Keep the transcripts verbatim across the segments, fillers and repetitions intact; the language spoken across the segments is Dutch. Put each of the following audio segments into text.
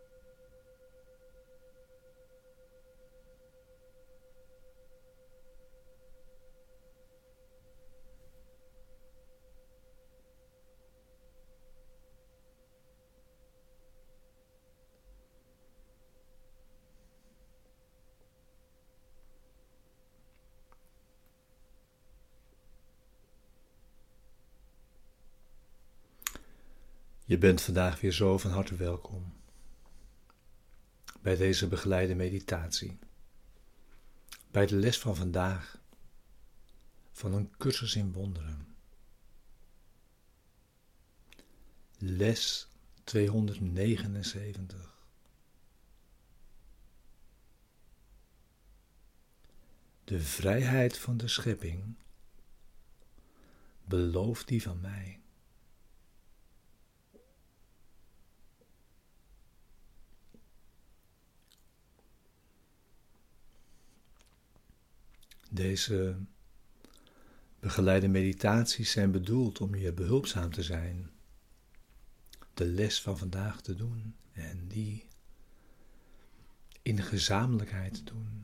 Je bent vandaag weer zo van harte welkom bij deze begeleide meditatie, bij de les van vandaag van een cursus in wonderen. Les tweehonderdnegenenzeventig. De vrijheid van de schepping, beloof die van mij. Deze begeleide meditaties zijn bedoeld om je behulpzaam te zijn, de les van vandaag te doen en die in gezamenlijkheid te doen.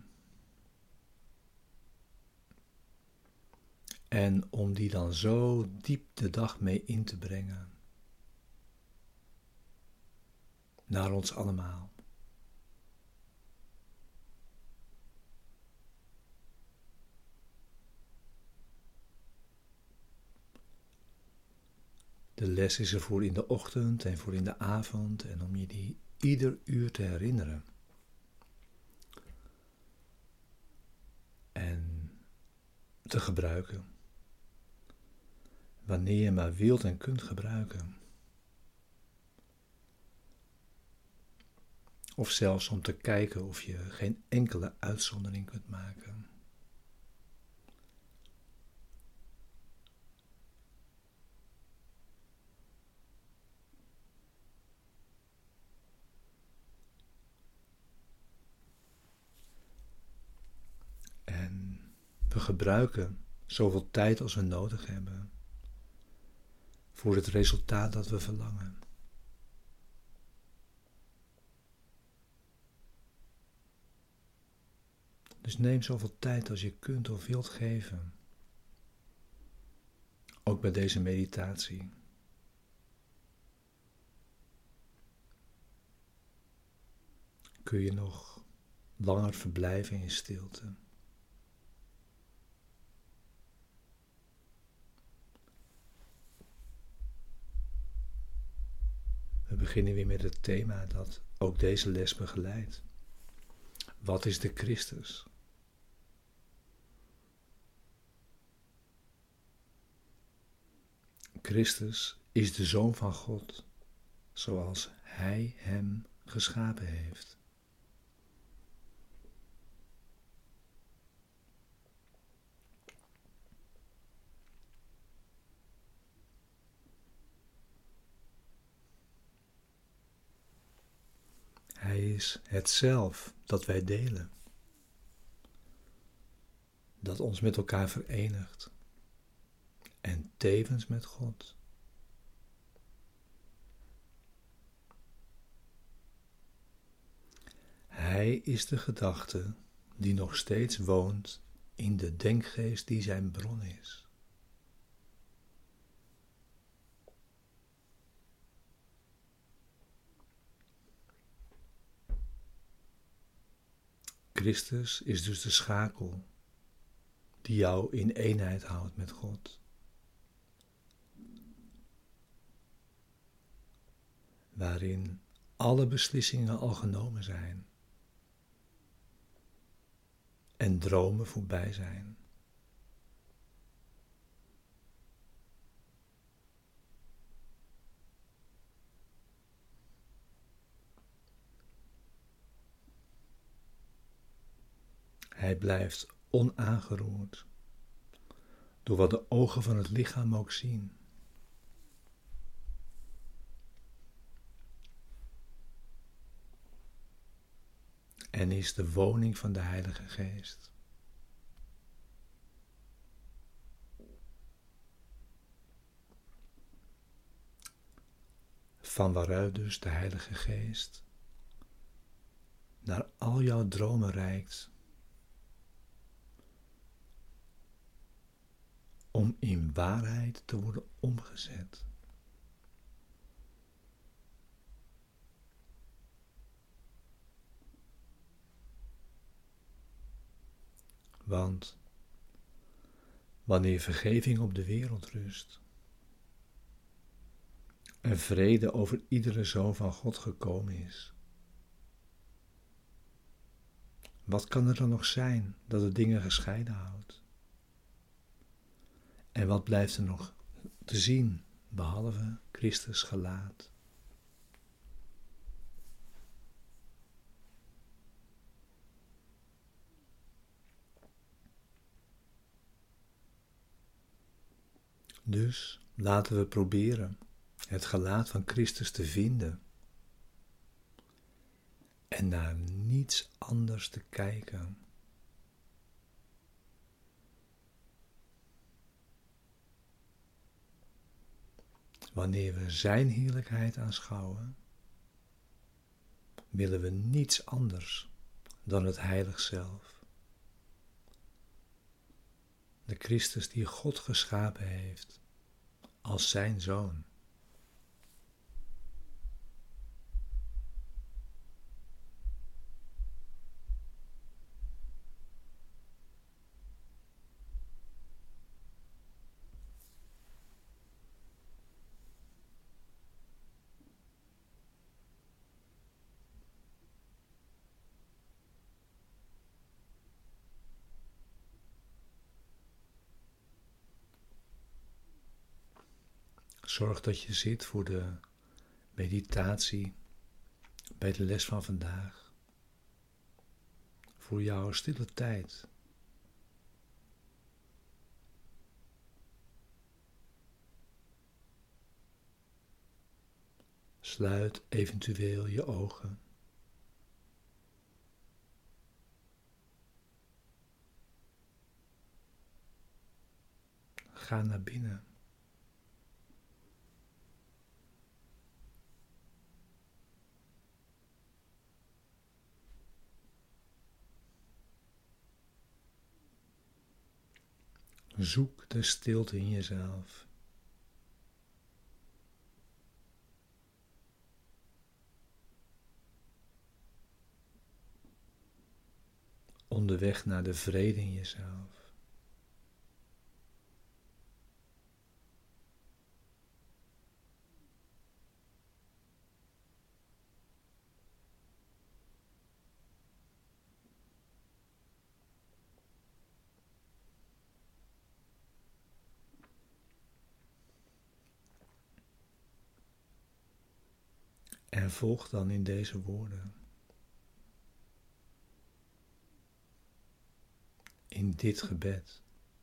En om die dan zo diep de dag mee in te brengen naar ons allemaal. De les is er voor in de ochtend en voor in de avond en om je die ieder uur te herinneren. En te gebruiken. Wanneer je maar wilt en kunt gebruiken. Of zelfs om te kijken of je geen enkele uitzondering kunt maken. En we gebruiken zoveel tijd als we nodig hebben voor het resultaat dat we verlangen. Dus neem zoveel tijd als je kunt of wilt geven. Ook bij deze meditatie. Kun je nog langer verblijven in stilte. We beginnen weer met het thema dat ook deze les begeleidt. Wat is de Christus? Christus is de Zoon van God, zoals Hij hem geschapen heeft. Hij is het zelf dat wij delen, dat ons met elkaar verenigt en tevens met God. Hij is de gedachte die nog steeds woont in de denkgeest die zijn bron is. Christus is dus de schakel die jou in eenheid houdt met God. Waarin alle beslissingen al genomen zijn en dromen voorbij zijn. Hij blijft onaangeroerd door wat de ogen van het lichaam ook zien. En is de woning van de Heilige Geest. Van waaruit dus de Heilige Geest naar al jouw dromen reikt, om in waarheid te worden omgezet. Want wanneer vergeving op de wereld rust en vrede over iedere zoon van God gekomen is, wat kan er dan nog zijn dat de dingen gescheiden houdt? En wat blijft er nog te zien behalve Christus gelaat? Dus laten we proberen het gelaat van Christus te vinden en naar niets anders te kijken. Wanneer we zijn heerlijkheid aanschouwen, willen we niets anders dan het heilig zelf. De Christus die God geschapen heeft als zijn zoon. Zorg dat je zit voor de meditatie bij de les van vandaag. Voor jouw stille tijd. Sluit eventueel je ogen. Ga naar binnen. Zoek de stilte in jezelf. Onderweg naar de vrede in jezelf. En volg dan in deze woorden. In dit gebed.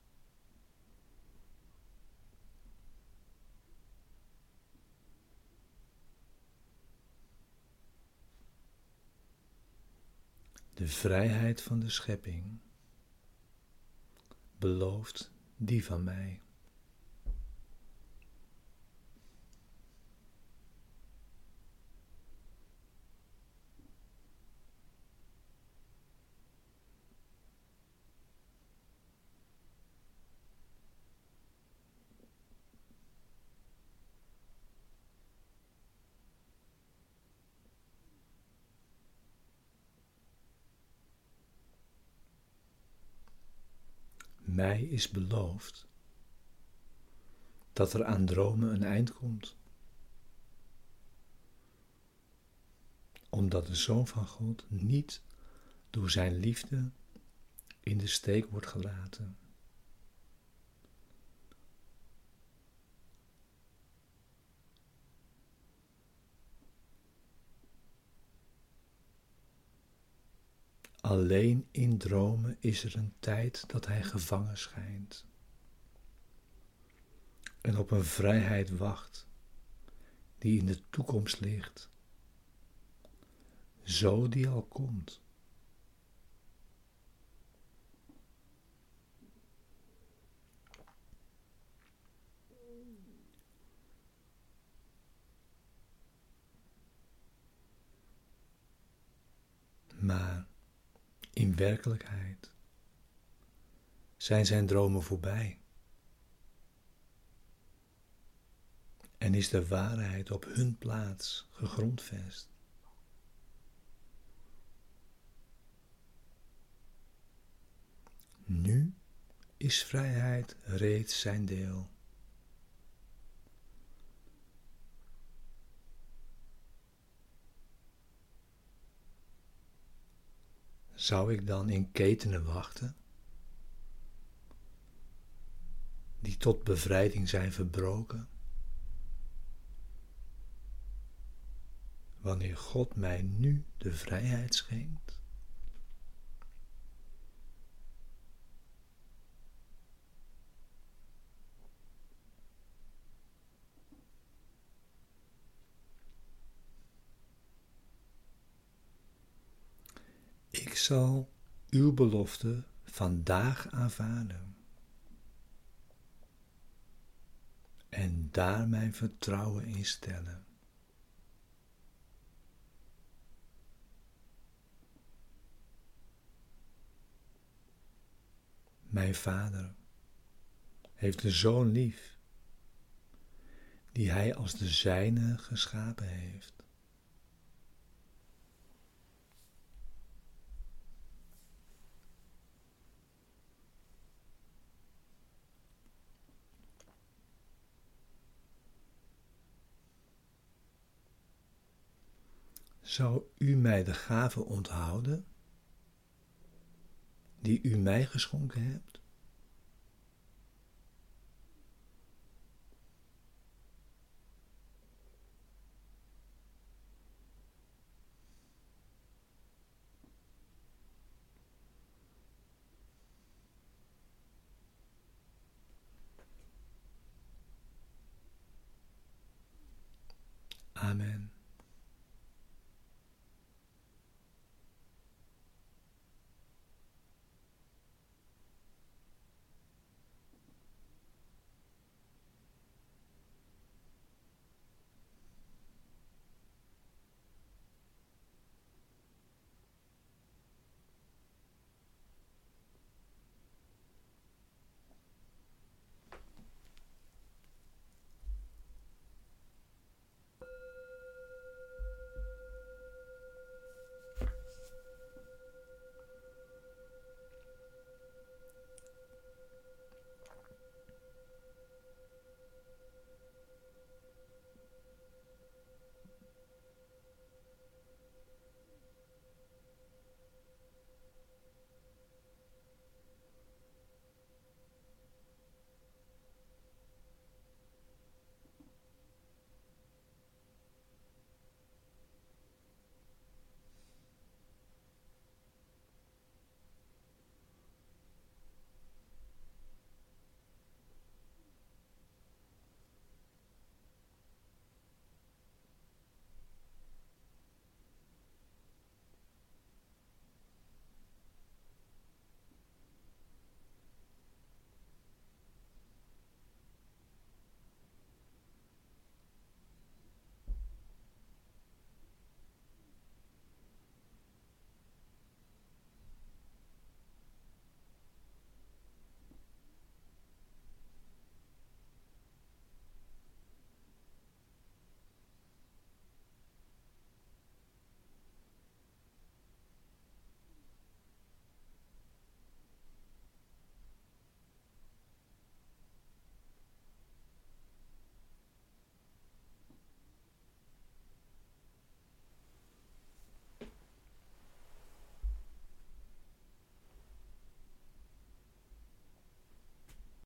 De vrijheid van de schepping belooft die van mij. Mij is beloofd dat er aan dromen een eind komt, omdat de Zoon van God niet door zijn liefde in de steek wordt gelaten. Alleen in dromen is er een tijd dat hij gevangen schijnt en op een vrijheid wacht die in de toekomst ligt, zo die al komt. Maar in werkelijkheid zijn zijn dromen voorbij en is de waarheid op hun plaats gegrondvest. Nu is vrijheid reeds zijn deel. Zou ik dan in ketenen wachten, die tot bevrijding zijn verbroken, wanneer God mij nu de vrijheid schenkt? Ik zal uw belofte vandaag aanvaarden en daar mijn vertrouwen in stellen. Mijn Vader heeft de Zoon lief, die Hij als de zijne geschapen heeft. Zou u mij de gave onthouden, die u mij geschonken hebt? Amen.